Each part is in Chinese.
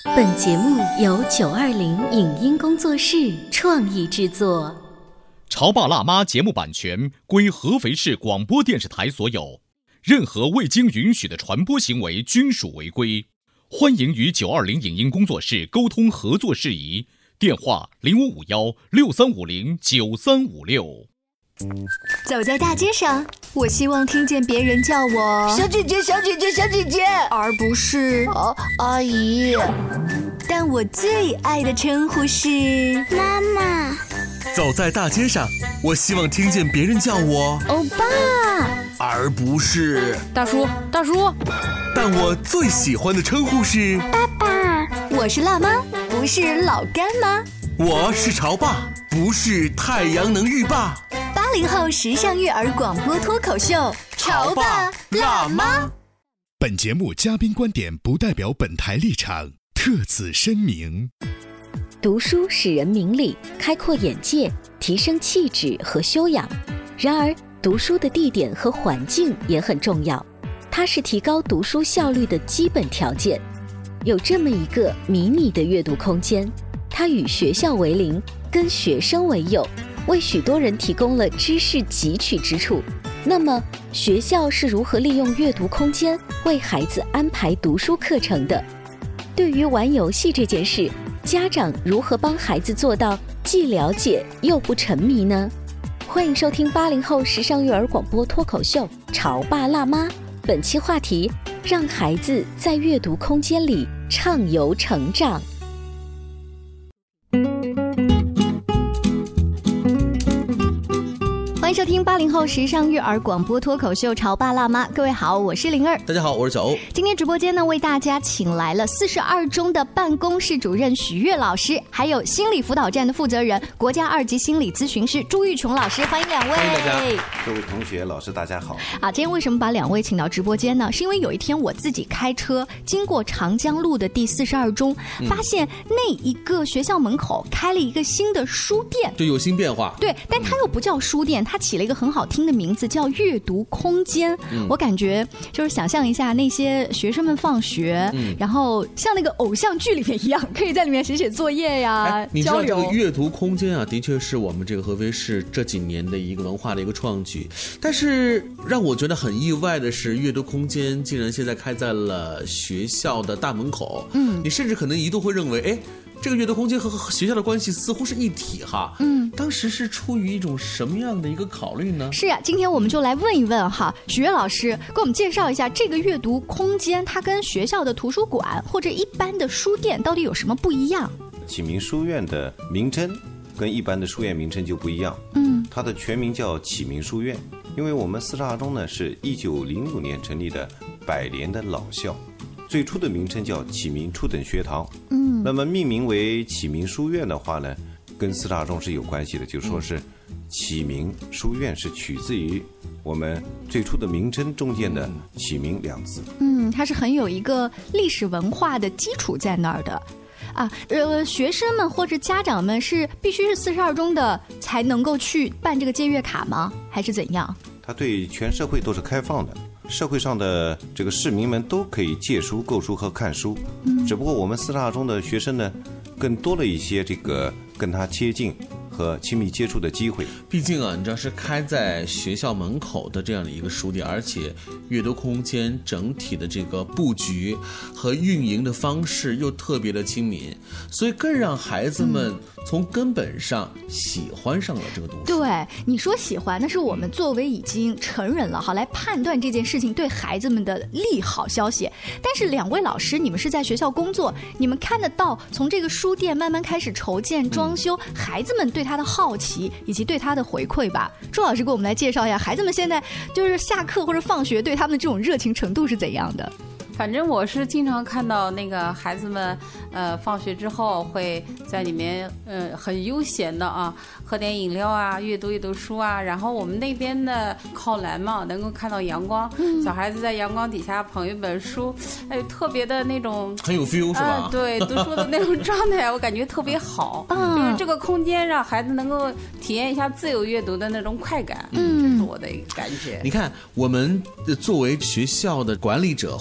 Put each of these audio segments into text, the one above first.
本节目由920影音工作室创意制作。 潮爸辣妈节目版权归合肥市广播电视台所有，任何未经允许的传播行为均属违规。欢迎与920影音工作室沟通合作事宜，电话055163509356。 走在大街上，我希望听见别人叫我小姐姐小姐姐小姐姐， 而不是阿姨。 但我最爱的称呼是妈妈。 走在大街上，我希望听见别人叫我欧巴， 而不是大叔大叔。 但我最喜欢的称呼是爸爸。 我是辣妈，不是老干妈。 我是潮爸，不是太阳能浴霸。 80后时尚育儿广播脱口秀，潮爸辣妈。 本节目嘉宾观点不代表本台立场，特此声明。 读书使人明理，开阔眼界，提升气质和修养。然而，读书的地点和环境也很重要，它是提高读书效率的基本条件。有这么一个迷你的阅读空间，它与学校为邻，跟学生为友，为许多人提供了知识汲取之处。那么，学校是如何利用阅读空间为孩子安排读书课程的？对于玩游戏这件事，家长如何帮孩子做到既了解又不沉迷呢？欢迎收听80后时尚育儿广播脱口秀《潮爸辣妈》，本期话题：让孩子在阅读空间里畅游成长。 欢迎收听80后时尚育儿广播脱口秀《潮爸辣妈》，各位好，我是灵儿。 大家好，我是小欧。 今天直播间呢，为大家请来了42中的办公室主任许悦老师，还有心理辅导站的负责人、国家2级心理咨询师朱玉琼老师，欢迎两位。 欢迎大家，各位同学、老师，大家好。 今天为什么把两位请到直播间呢？是因为有一天我自己开车经过长江路的第42中，发现那一个学校门口开了一个新的书店， 就有新变化。 对，但它又不叫书店，它起了一个很好听的名字，叫阅读空间。我感觉就是想象一下那些学生们放学，然后像那个偶像剧里面一样，可以在里面写写作业呀， 你知道这交流。 个阅读空间啊，的确是我们这个合肥市这几年的一个文化的一个创举。但是让我觉得很意外的是，阅读空间竟然现在开在了学校的大门口。你甚至可能一度会认为，哎，这个阅读空间和学校的关系似乎是一体哈。当时是出于一种什么样的一个考虑呢？ 是啊，今天我们就来问一问哈，许悦老师给我们介绍一下这个阅读空间，它跟学校的图书馆或者一般的书店到底有什么不一样？ 启明书院的名称跟一般的书院名称就不一样。它的全名叫启明书院，因为我们42中呢是1905年成立的100年的老校。最初的名称叫启明初等学堂，那么命名为启明书院的话呢，跟42中是有关系的，就说是启明书院是取自于我们最初的名称中间的启明2字。 它是很有一个历史文化的基础在那儿的。学生们或者家长们是必须是42中的才能够去办这个借阅卡吗？还是怎样？ 它对全社会都是开放的，社会上的这个市民们都可以借书、购书和看书。只不过我们42中的学生呢，更多了一些这个跟他接近和亲密接触的机会。 毕竟啊，你知道是开在学校门口的这样的一个书店，而且阅读空间整体的这个布局和运营的方式又特别的亲民，所以更让孩子们从根本上喜欢上了这个读书。 对，你说喜欢，那是我们作为已经成人了，好来判断这件事情对孩子们的利好消息。但是两位老师，你们是在学校工作，你们看得到从这个书店慢慢开始筹建、装修，孩子们对他的好奇以及对他的回馈吧。朱老师给我们来介绍一下，孩子们现在就是下课或者放学对他们的这种热情程度是怎样的？ 反正我是经常看到那个孩子们，放学之后会在里面，很悠闲的啊，喝点饮料啊，阅读书啊。然后我们那边的靠栏嘛，能够看到阳光，小孩子在阳光底下捧一本书，哎，特别的那种很有 feel 是吧？ 对，读书的那种状态，我感觉特别好。就是这个空间让孩子能够体验一下自由阅读的那种快感，这是我的一个感觉。 你看，我们作为学校的管理者或者是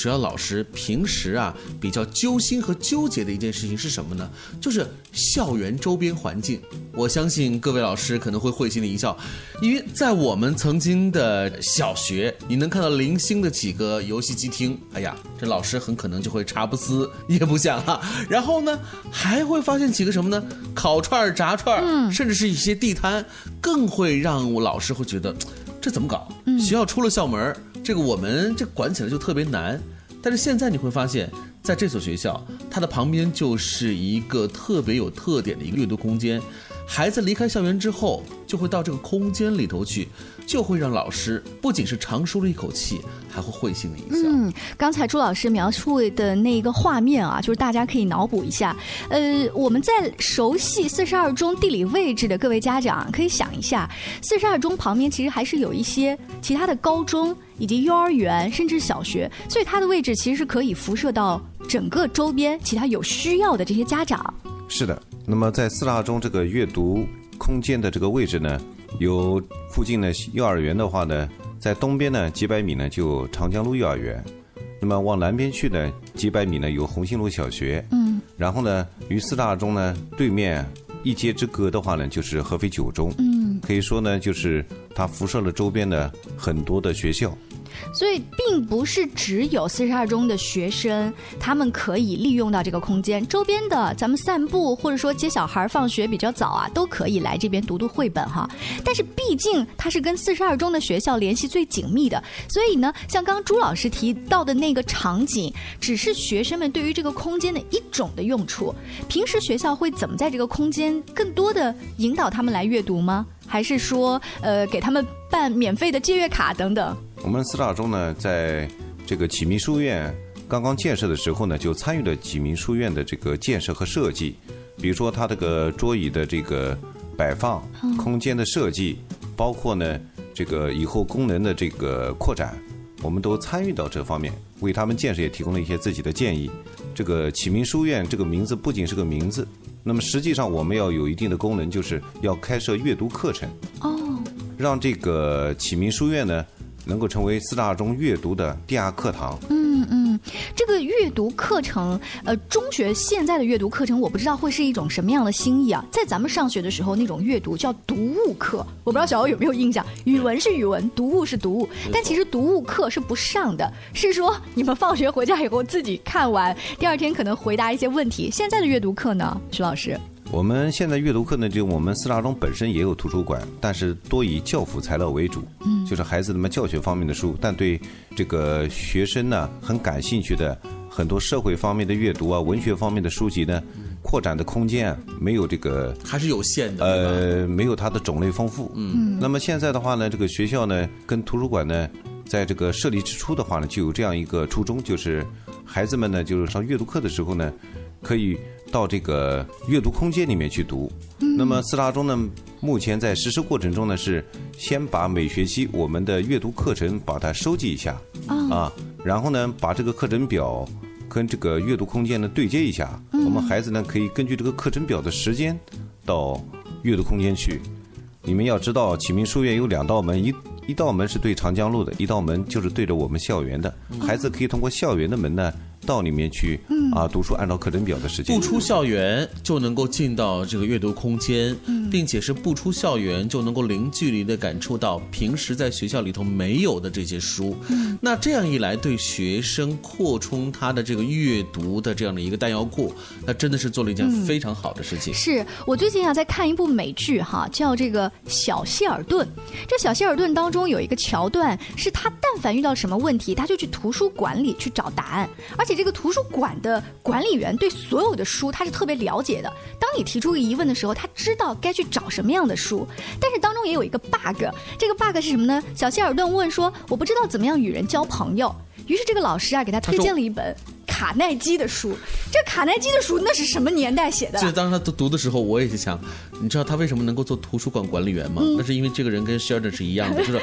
学校老师平时比较揪心和纠结的一件事情是什么呢？就是校园周边环境。我相信各位老师可能会会心的一笑，因为在我们曾经的小学，你能看到零星的几个游戏机厅，哎呀，这老师很可能就会茶不思夜不想然后呢，还会发现几个什么呢？烤串、炸串，甚至是一些地摊，更会让我老师会觉得这怎么搞？学校出了校门，这个我们这管起来就特别难。但是现在你会发现，在这所学校，它的旁边就是一个特别有特点的一个阅读空间。孩子离开校园之后，就会到这个空间里头去，就会让老师不仅是长舒了一口气，还会会心的一笑。 刚才朱老师描述的那个画面就是大家可以脑补一下。我们在熟悉42中地理位置的各位家长可以想一下，42中旁边其实还是有一些其他的高中以及幼儿园甚至小学，所以它的位置其实是可以辐射到整个周边其他有需要的这些家长。 是的，那么在4大中这个阅读空间的这个位置呢，有附近的幼儿园的话呢，在东边呢几百米呢就长江路幼儿园，那么往南边去呢几百米呢有红星路小学，然后呢与4大中呢对面一街之隔的话呢就是合肥9中，可以说呢就是它辐射了周边的很多的学校。 所以并不是只有42中的学生他们可以利用到这个空间，周边的咱们散步或者说接小孩放学比较早都可以来这边读绘本但是毕竟它是跟42中的学校联系最紧密的，所以呢像刚刚朱老师提到的那个场景只是学生们对于这个空间的一种的用处。平时学校会怎么在这个空间更多的引导他们来阅读吗？还是说给他们办免费的借阅卡等等？ 我们4大中呢，在这个启明书院刚刚建设的时候呢，就参与了启明书院的这个建设和设计，比如说它这个桌椅的这个摆放、空间的设计，包括呢这个以后功能的这个扩展，我们都参与到这方面，为他们建设也提供了一些自己的建议。这个启明书院这个名字不仅是个名字，那么实际上我们要有一定的功能，就是要开设阅读课程，让这个启明书院呢能够成为4大中阅读的第二课堂。 这个阅读课程，中学现在的阅读课程，我不知道会是一种什么样的心意啊。在咱们上学的时候，那种阅读叫读物课，我不知道小欧有没有印象？语文是语文，读物是读物，但其实读物课是不上的，是说你们放学回家以后自己看完，第二天可能回答一些问题。现在的阅读课呢，徐老师？ 我们现在阅读课呢，就我们4大中本身也有图书馆，但是多以教辅材料为主，就是孩子们教学方面的书，但对这个学生呢很感兴趣的很多社会方面的阅读文学方面的书籍呢，扩展的空间没有这个还是有限的， 没有它的种类丰富。那么现在的话呢，这个学校呢跟图书馆呢，在这个设立之初的话呢，就有这样一个初衷，就是孩子们呢就是上阅读课的时候呢，可以到这个阅读空间里面去读。那么4大中呢，目前在实施过程中呢，是先把每学期我们的阅读课程把它收集一下然后呢把这个课程表跟这个阅读空间呢对接一下，我们孩子呢可以根据这个课程表的时间到阅读空间去。你们要知道，启明书院有2道门，一道门是对长江路的，一道门就是对着我们校园的，孩子可以通过校园的门呢到里面去读书，按照课程表的时间， 不出校园就能够进到这个阅读空间，并且是不出校园就能够零距离的感触到平时在学校里头没有的这些书。那这样一来，对学生扩充他的这个阅读的这样的一个弹药库，那真的是做了一件非常好的事情。 是我最近在看一部美剧叫这个小希尔顿。这小希尔顿当中有一个桥段，是他但凡遇到什么问题，他就去图书馆里去找答案，而且这个图书馆的管理员对所有的书他是特别了解的。当你提出疑问的时候，他知道该去找什么样的书。但是当中也有一个 bug， 这个 bug 是什么呢？小希尔顿问说，我不知道怎么样与人交朋友。于是这个老师给他推荐了一本卡耐基的书。这卡耐基的书那是什么年代写的？ 这当时他读的时候，我也是想，你知道他为什么能够做图书馆管理员吗？那是因为这个人跟 Sheldon 是一样的，就是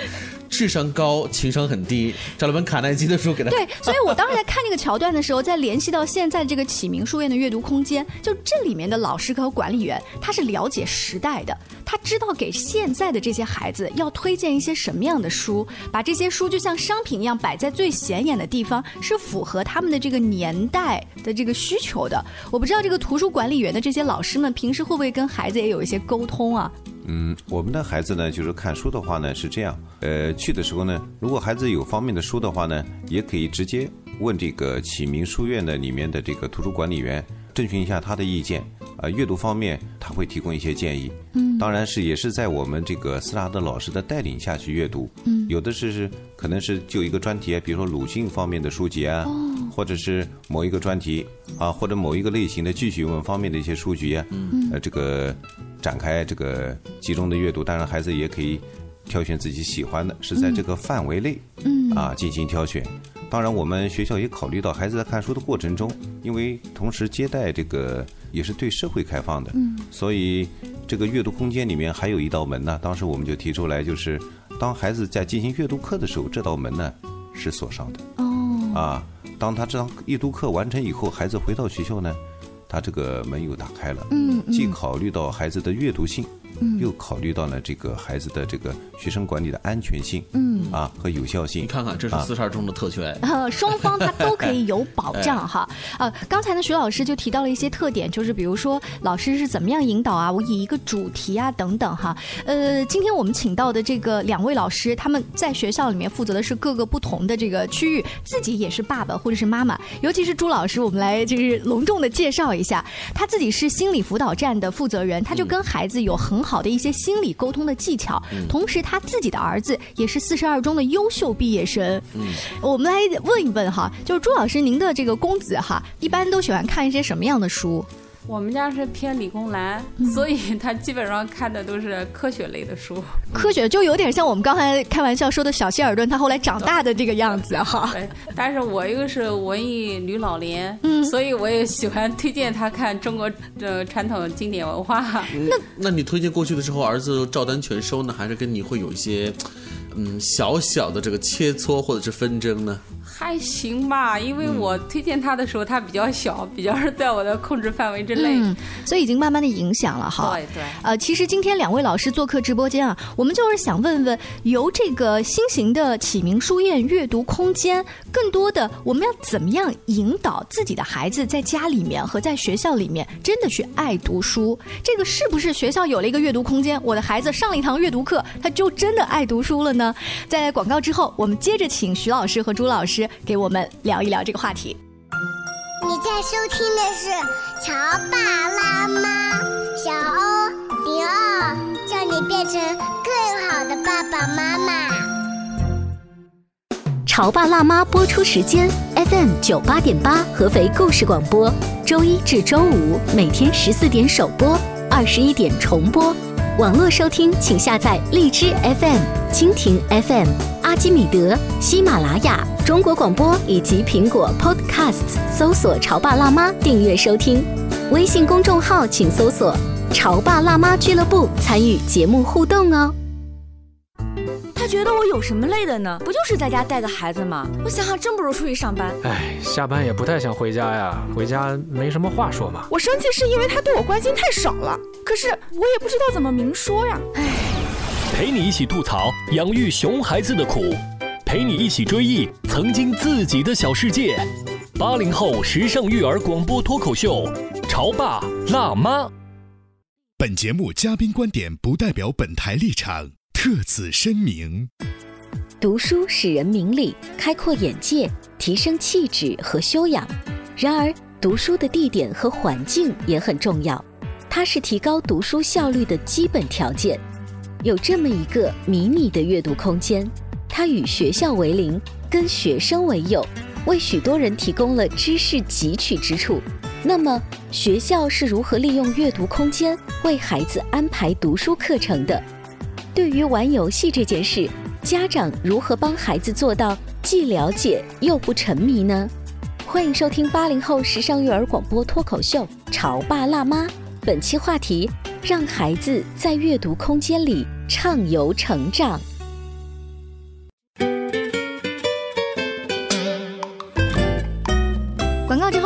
智商高，情商很低，找了本卡耐基的书给他。 对，所以我当时在看这个桥段的时候，在联系到现在这个启明书院的阅读空间，就这里面的老师和管理员，他是了解时代的，他知道给现在的这些孩子要推荐一些什么样的书，把这些书就像商品一样摆在最显眼的地方，是符合他们的这个年代的这个需求的。我不知道这个图书管理员的这些老师们平时会不会跟孩子也有一些沟通啊？ 我们的孩子呢，就是看书的话呢是这样，去的时候呢，如果孩子有方面的书的话呢，也可以直接问这个启明书院的里面的这个图书管理员，征询一下他的意见。阅读方面他会提供一些建议。当然也是在我们这个斯拉德老师的带领下去阅读。有的可能是就一个专题，比如说鲁迅方面的书籍啊，或者是某一个专题啊，或者某一个类型的记叙文方面的一些书籍啊，这个展开这个集中的阅读。当然孩子也可以挑选自己喜欢的，是在这个范围内进行挑选。当然我们学校也考虑到孩子在看书的过程中，因为同时接待这个也是对社会开放的，所以这个阅读空间里面还有一道门呢。当时我们就提出来，就是当孩子在进行阅读课的时候，这道门呢是锁上的。当他这堂阅读课完成以后，孩子回到学校呢，他这个门又打开了。既考虑到孩子的阅读性，又考虑到了这个孩子的这个学生管理的安全性，和有效性。 你看看，这是42中的特权。 双方他都可以有保障哈。刚才呢，徐老师就提到了一些特点，就是比如说老师是怎么样引导啊，我以一个主题啊等等哈。今天我们请到的这个2位老师，他们在学校里面负责的是各个不同的这个区域，自己也是爸爸或者是妈妈。尤其是朱老师，我们来就是隆重的介绍一下，他自己是心理辅导站的负责人，他就跟孩子有很好的一些心理沟通的技巧。同时他自己的儿子也是42中的优秀毕业生。我们来问一问哈，就是朱老师，您的这个公子哈，一般都喜欢看一些什么样的书？ 我们家是偏理工男，所以他基本上看的都是科学类的书。 科学就有点像我们刚才开玩笑说的小希尔顿，他后来长大的这个样子哈。 对，但是我一个是文艺女老年，所以我也喜欢推荐他看中国的传统经典文化。 那你推荐过去的时候，儿子照单全收呢，还是跟你会有一些小小的这个切磋或者是纷争呢？ 还行吧，因为我推荐他的时候他比较小，比较是在我的控制范围之内， 所以已经慢慢的影响了哈。 对。 其实今天2位老师做客直播间啊，我们就是想问问，由这个新型的启明书院阅读空间，更多的我们要怎么样引导自己的孩子在家里面和在学校里面真的去爱读书？这个是不是学校有了一个阅读空间，我的孩子上了一堂阅读课，他就真的爱读书了呢？在广告之后，我们接着请徐老师和朱老师给我们聊一聊这个话题。 你在收听的是潮爸辣妈，小欧02，叫你变成更好的爸爸妈妈。 潮爸辣妈播出时间 FM 98.8合肥故事广播，周一至周五每天14点首播，21点重播。网络收听请下载荔枝 FM、蜻蜓 FM、阿基米德、喜马拉雅、中国广播以及苹果 Podcasts 搜索潮爸辣妈订阅收听。微信公众号请搜索潮爸辣妈俱乐部，参与节目互动哦。 他觉得我有什么累的呢？不就是在家带个孩子吗？我想想，真不如出去上班。 下班也不太想回家呀，回家没什么话说嘛。 我生气是因为他对我关心太少了，可是我也不知道怎么明说呀。 陪你一起吐槽养育熊孩子的苦，陪你一起追忆曾经自己的小世界。80后时尚育儿广播脱口秀，潮爸辣妈。 本节目嘉宾观点不代表本台立场，特此声明。 读书使人明理，开阔眼界，提升气质和修养。然而，读书的地点和环境也很重要，它是提高读书效率的基本条件。有这么一个迷你的阅读空间，它与学校为邻，跟学生为友，为许多人提供了知识汲取之处。那么，学校是如何利用阅读空间为孩子安排读书课程的？对于玩游戏这件事，家长如何帮孩子做到既了解又不沉迷呢？欢迎收听80后时尚育儿广播脱口秀《潮爸辣妈》，本期话题：让孩子在阅读空间里畅游成长。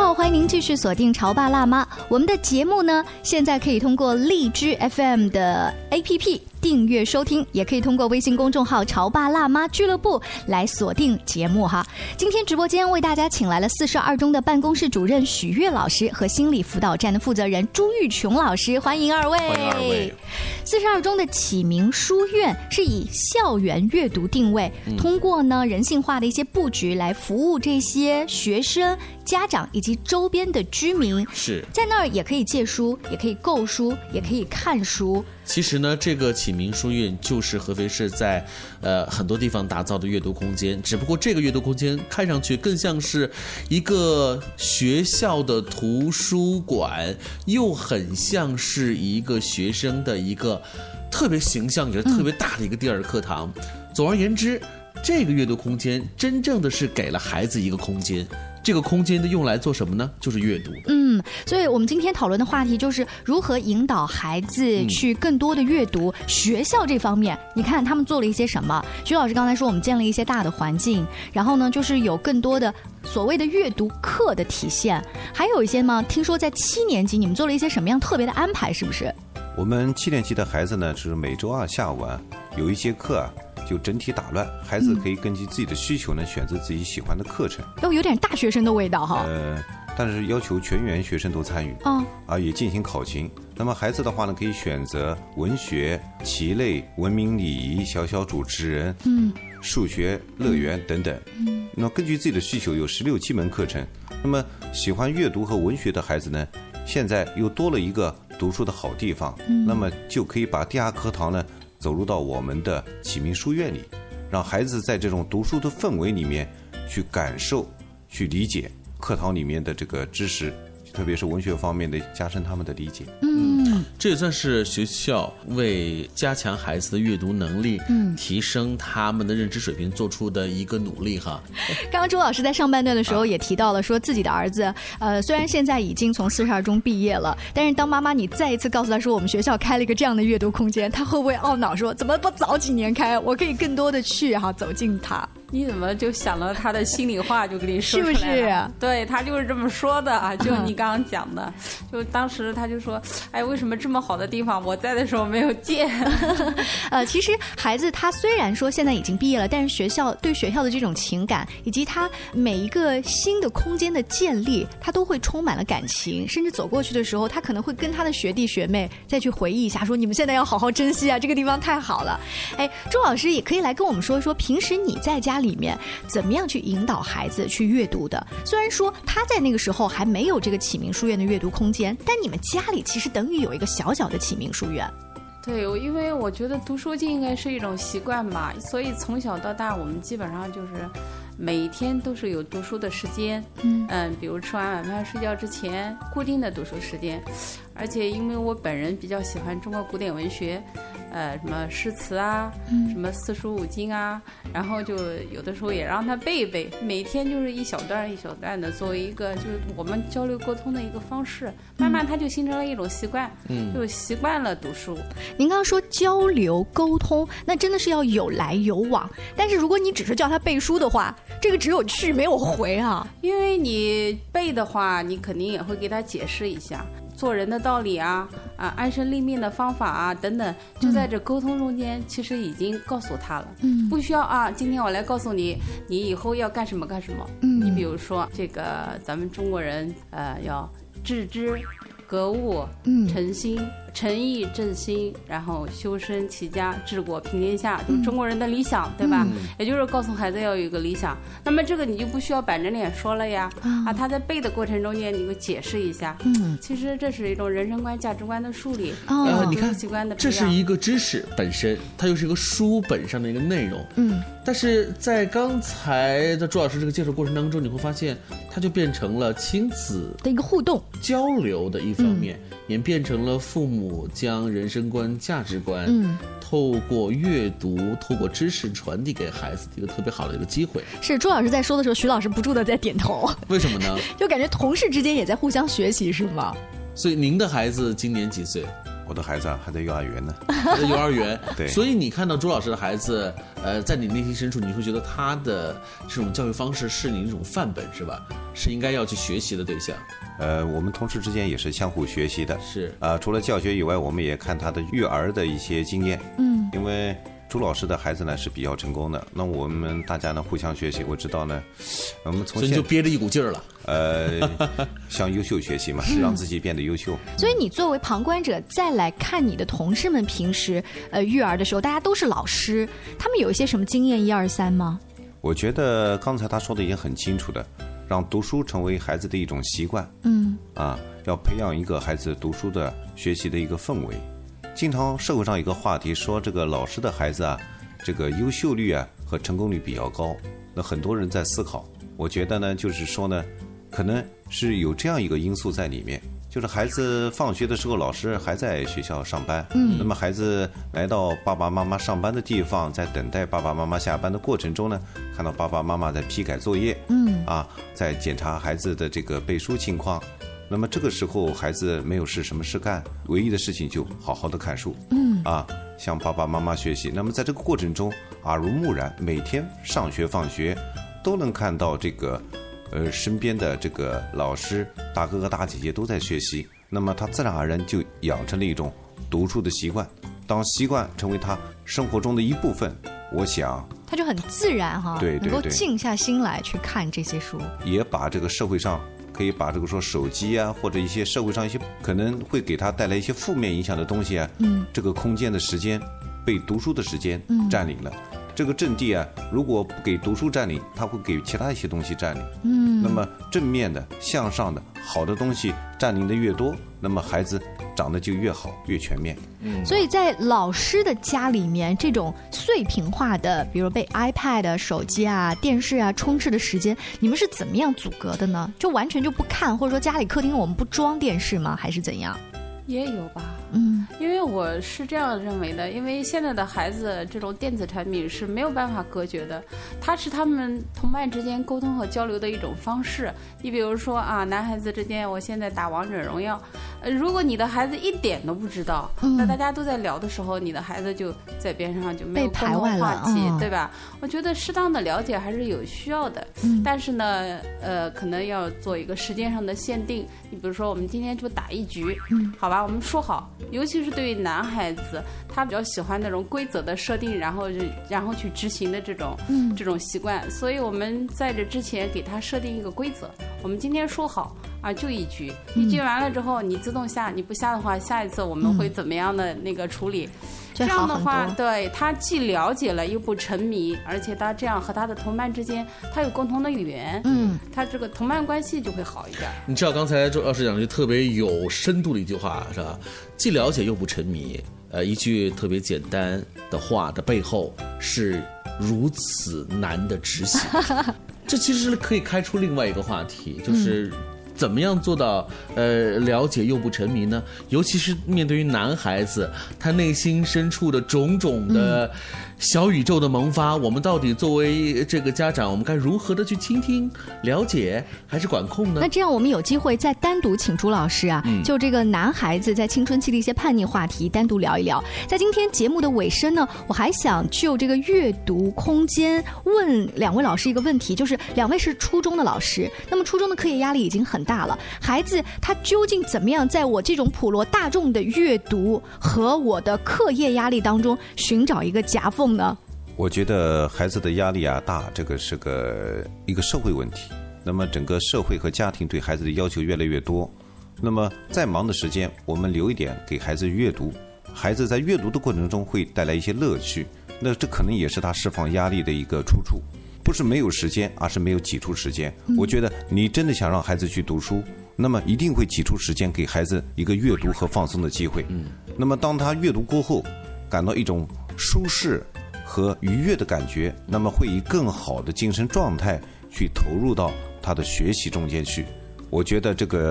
好，欢迎您继续锁定潮爸辣妈。我们的节目呢，现在可以通过荔枝 FM 的 APP 订阅收听，也可以通过微信公众号潮爸辣妈俱乐部来锁定节目哈。今天直播间为大家请来了42中的办公室主任许悦老师和心理辅导站的负责人朱玉琼老师，欢迎二位。 欢迎二位。 42中的启明书院是以校园阅读定位，通过呢人性化的一些布局来服务这些学生、家长以及周边的居民。 是在那儿也可以借书，也可以购书，也可以看书。 其实呢，这个启明书院就是合肥市在很多地方打造的阅读空间，只不过这个阅读空间看上去更像是一个学校的图书馆，又很像是一个学生的一个特别形象也是特别大的一个第二课堂。总而言之，这个阅读空间真正的是给了孩子一个空间。这个空间的用来做什么呢？就是阅读。 所以我们今天讨论的话题就是如何引导孩子去更多的阅读。学校这方面，你看他们做了一些什么？徐老师刚才说我们建了一些大的环境，然后呢，就是有更多的所谓的阅读课的体现，还有一些嘛，听说在7年级你们做了一些什么样特别的安排，是不是？ 我们7年级的孩子呢，是每周2下午有一节课就整体打乱，孩子可以根据自己的需求呢，选择自己喜欢的课程。 有点大学生的味道哈。 但是要求全员学生都参与，也进行考勤。那么孩子的话呢，可以选择文学、棋类、文明礼仪、小小主持人、数学、乐园等等。那么根据自己的需求，有16、7门课程。那么喜欢阅读和文学的孩子呢，现在又多了一个读书的好地方，那么就可以把第2课堂呢走入到我们的启明书院里，让孩子在这种读书的氛围里面去感受、去理解课堂里面的这个知识，特别是文学方面的，加深他们的理解。 这也算是学校为加强孩子的阅读能力，提升他们的认知水平做出的一个努力哈。 刚刚周老师在上半段的时候也提到了，说自己的儿子，虽然现在已经从42中毕业了，但是当妈妈你再一次告诉他说我们学校开了一个这样的阅读空间，他会不会懊恼说怎么不早几年开，我可以更多的去走进它？ 你怎么就想了他的心里话就跟你说出来了？是不是？对，他就是这么说的，就你刚刚讲的，就当时他就说，哎，为什么这么好的地方我在的时候没有见？ 其实孩子他虽然说现在已经毕业了，但是学校对学校的这种情感，以及他每一个新的空间的建立，他都会充满了感情，甚至走过去的时候，他可能会跟他的学弟学妹再去回忆一下，说你们现在要好好珍惜啊，这个地方太好了。哎，周老师也可以来跟我们说一说，平时你在家里面怎么样去引导孩子去阅读的？虽然说他在那个时候还没有这个启明书院的阅读空间，但你们家里其实等于有一个小小的启明书院。 对，因为我觉得读书就应该是一种习惯吧，所以从小到大我们基本上就是每天都是有读书的时间，比如吃完晚饭睡觉之前固定的读书时间。而且因为我本人比较喜欢中国古典文学，什么诗词啊，什么四书五经啊，然后就有的时候也让他背一背，每天就是一小段一小段的，作为一个就是我们交流沟通的一个方式，慢慢他就形成了一种习惯，就习惯了读书。 您刚刚说交流沟通，那真的是要有来有往，但是如果你只是叫他背书的话，这个只有去没有回啊。 因为你背的话，你肯定也会给他解释一下做人的道理啊，安身立命的方法啊等等，就在这沟通中间其实已经告诉他了，不需要今天我来告诉你你以后要干什么干什么。你比如说这个咱们中国人要致知格物诚心诚意正心，然后修身齐家治国平天下，就是中国人的理想，对吧？也就是告诉孩子要有一个理想。那么这个你就不需要板着脸说了呀，他在背的过程中间你会解释一下，其实这是一种人生观价值观的树立， 你看这是一个知识本身，它又是一个书本上的一个内容，但是在刚才的朱老师这个介绍过程当中，你会发现它就变成了亲子的一个互动交流的一方面，演变成了父母将人生观价值观透过阅读透过知识传递给孩子的一个特别好的一个机会。 是朱老师在说的时候，徐老师不住的在点头。 为什么呢？ 就感觉同事之间也在互相学习，是吗？ 所以您的孩子今年几岁？ 我的孩子还在幼儿园呢， 还在幼儿园。 对， 所以你看到朱老师的孩子，在你内心深处，你会觉得他的这种教育方式是你一种范本，是吧？是应该要去学习的对象。 我们同事之间也是相互学习的。 是除了教学以外，我们也看他的育儿的一些经验。因为朱老师的孩子呢是比较成功的，那我们大家呢互相学习。我知道呢，我们从所以你就憋着一股劲儿了。 向优秀学习嘛，让自己变得优秀。 所以你作为旁观者再来看你的同事们平时育儿的时候，大家都是老师，他们有一些什么经验1、2、3吗？ 我觉得刚才他说的也很清楚的，让读书成为孩子的一种习惯。要培养一个孩子读书的学习的一个氛围。经常社会上有一个话题说，这个老师的孩子啊，这个优秀率啊和成功率比较高。那很多人在思考，我觉得呢，就是说呢，可能是有这样一个因素在里面，就是孩子放学的时候，老师还在学校上班。那么孩子来到爸爸妈妈上班的地方，在等待爸爸妈妈下班的过程中呢，看到爸爸妈妈在批改作业，在检查孩子的这个背书情况。那么这个时候孩子没有什么事干，唯一的事情就好好的看书，向爸爸妈妈学习。那么在这个过程中耳濡目染，每天上学放学都能看到这个身边的这个老师大哥哥大姐姐都在学习，那么他自然而然就养成了一种读书的习惯。当习惯成为他生活中的一部分，我想他就很自然对， 能够静下心来去看这些书， 也把这个社会上可以把这个说手机啊，或者一些社会上一些可能会给他带来一些负面影响的东西啊，这个空间的时间被读书的时间占领了。这个阵地啊，如果不给读书占领，他会给其他一些东西占领。那么正面的、向上的、好的东西占领的越多，那么孩子长得就越好、越全面。 所以在老师的家里面，这种碎屏化的，比如被 iPad、手机啊、电视啊充斥的时间，你们是怎么样阻隔的呢？就完全就不看，或者说家里客厅我们不装电视吗？还是怎样？ 也有吧，因为我是这样认为的，因为现在的孩子这种电子产品是没有办法隔绝的，它是他们同伴之间沟通和交流的一种方式。你比如说啊，男孩子之间，我现在打王者荣耀，如果你的孩子一点都不知道，那大家都在聊的时候，你的孩子就在边上就没有共同话题，对吧？我觉得适当的了解还是有需要的，但是呢，可能要做一个时间上的限定。你比如说，我们今天就打1局，好吧？我们说好，尤其是对于男孩子，他比较喜欢那种规则的设定，然后去执行的这种习惯。所以我们在这之前给他设定一个规则，我们今天说好啊，就1局，1局完了之后你自动下，你不下的话，下一次我们会怎么样的那个处理？这样的话，对他既了解了又不沉迷，而且他这样和他的同伴之间，他有共同的语言，他这个同伴关系就会好一点。 你知道刚才周老师讲的就特别有深度的一句话，是吧？既了解又不沉迷。一句特别简单的话的背后是如此难的执行。这其实可以开出另外一个话题，就是怎么样做到了解又不沉迷呢？尤其是面对于男孩子，他内心深处的种种的小宇宙的萌发，我们到底作为这个家长，我们该如何的去倾听、了解，还是管控呢？ 那这样我们有机会再单独请朱老师啊，就这个男孩子在青春期的一些叛逆话题单独聊一聊。在今天节目的尾声呢，我还想就这个阅读空间问2位老师一个问题，就是2位是初中的老师，那么初中的课业压力已经很大了，孩子他究竟怎么样在我这种普罗大众的阅读和我的课业压力当中寻找一个夹缝呢？ 我觉得孩子的压力啊大，这个是一个社会问题。那么整个社会和家庭对孩子的要求越来越多，那么再忙的时间我们留一点给孩子阅读，孩子在阅读的过程中会带来一些乐趣，那这可能也是他释放压力的一个出处。不是没有时间，而是没有挤出时间。我觉得你真的想让孩子去读书，那么一定会挤出时间给孩子一个阅读和放松的机会。那么当他阅读过后感到一种舒适和愉悦的感觉，那么会以更好的精神状态去投入到他的学习中间去。我觉得这个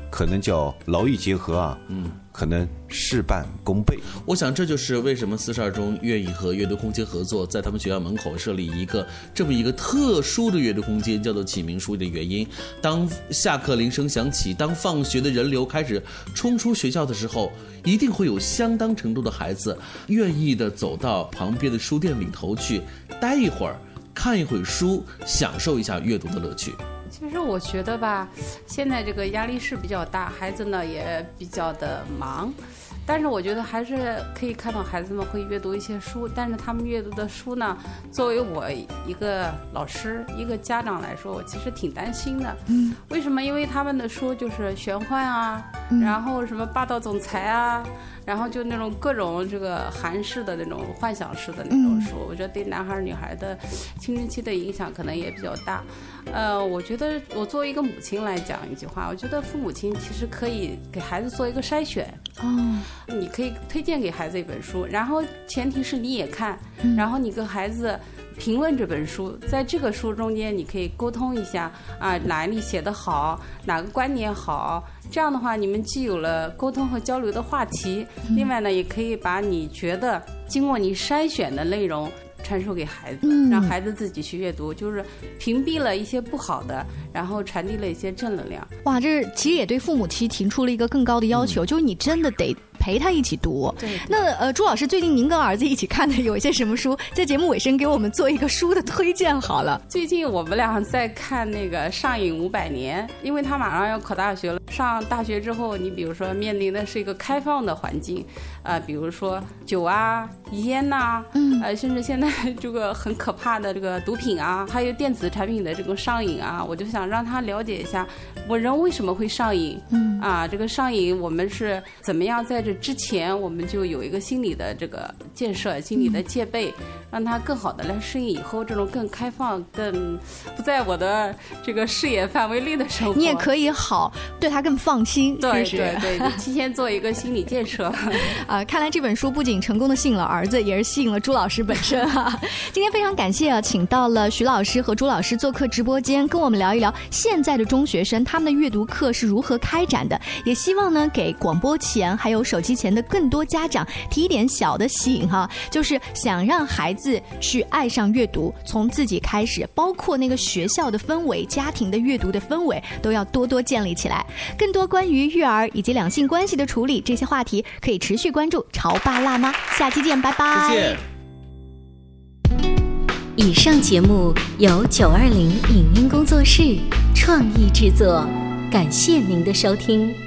可能叫劳逸结合啊，可能事半功倍。 我想这就是为什么42中愿意和阅读空间合作，在他们学校门口设立这么一个特殊的阅读空间，叫做启明书的原因。当下课铃声响起，当放学的人流开始冲出学校的时候，一定会有相当程度的孩子愿意的走到旁边的书店里头去待一会儿，看一会儿书，享受一下阅读的乐趣。 其实我觉得吧，现在这个压力是比较大，孩子呢也比较的忙，但是我觉得还是可以看到孩子们会阅读一些书，但是他们阅读的书呢，作为我一个老师一个家长来说，我其实挺担心的。为什么？因为他们的书就是玄幻啊，然后什么霸道总裁啊，然后就那种各种这个韩式的那种幻想式的那种书，我觉得对男孩女孩的青春期的影响可能也比较大。我觉得我作为一个母亲来讲一句话，我觉得父母亲其实可以给孩子做一个筛选。你可以推荐给孩子一本书，然后前提是你也看，然后你跟孩子评论这本书，在这个书中间你可以沟通一下啊，哪里写得好，哪个观点好，这样的话你们既有了沟通和交流的话题，另外呢也可以把你觉得经过你筛选的内容传授给孩子，让孩子自己去阅读，就是屏蔽了一些不好的，然后传递了一些正能量。 哇，这其实也对父母提出了一个更高的要求，就是你真的得陪他一起读。 对。 那朱老师，最近您跟儿子一起看的有一些什么书？在节目尾声给我们做一个书的推荐好了。 最近我们俩在看那个《上瘾500年》，因为他马上要考大学了。上大学之后，你比如说面临的是一个开放的环境，比如说酒啊、烟呐、甚至现在这个很可怕的这个毒品啊，还有电子产品的这个上瘾啊，我就想让他了解一下，我人为什么会上瘾，这个上瘾我们是怎么样在这之前我们就有一个心理的这个建设、心理的戒备，让他更好的来适应以后这种更开放、更不在我的这个视野范围内的生活。 你也可以好对他更放心， 对是不是？ 对，提前做一个心理建设。 看来这本书不仅成功的吸引了儿子，也是吸引了朱老师本身啊。今天非常感谢请到了徐老师和朱老师做客直播间，跟我们聊一聊现在的中学生他们的阅读课是如何开展的，也希望呢给广播前还有手机前的更多家长提一点小的醒哈，就是想让孩子去爱上阅读，从自己开始，包括那个学校的氛围、家庭的阅读的氛围都要多多建立起来。更多关于育儿以及两性关系的处理这些话题，可以持续关注潮爸辣妈。下期见，拜拜。 再见。 以上节目由920影音工作室创意制作，感谢您的收听。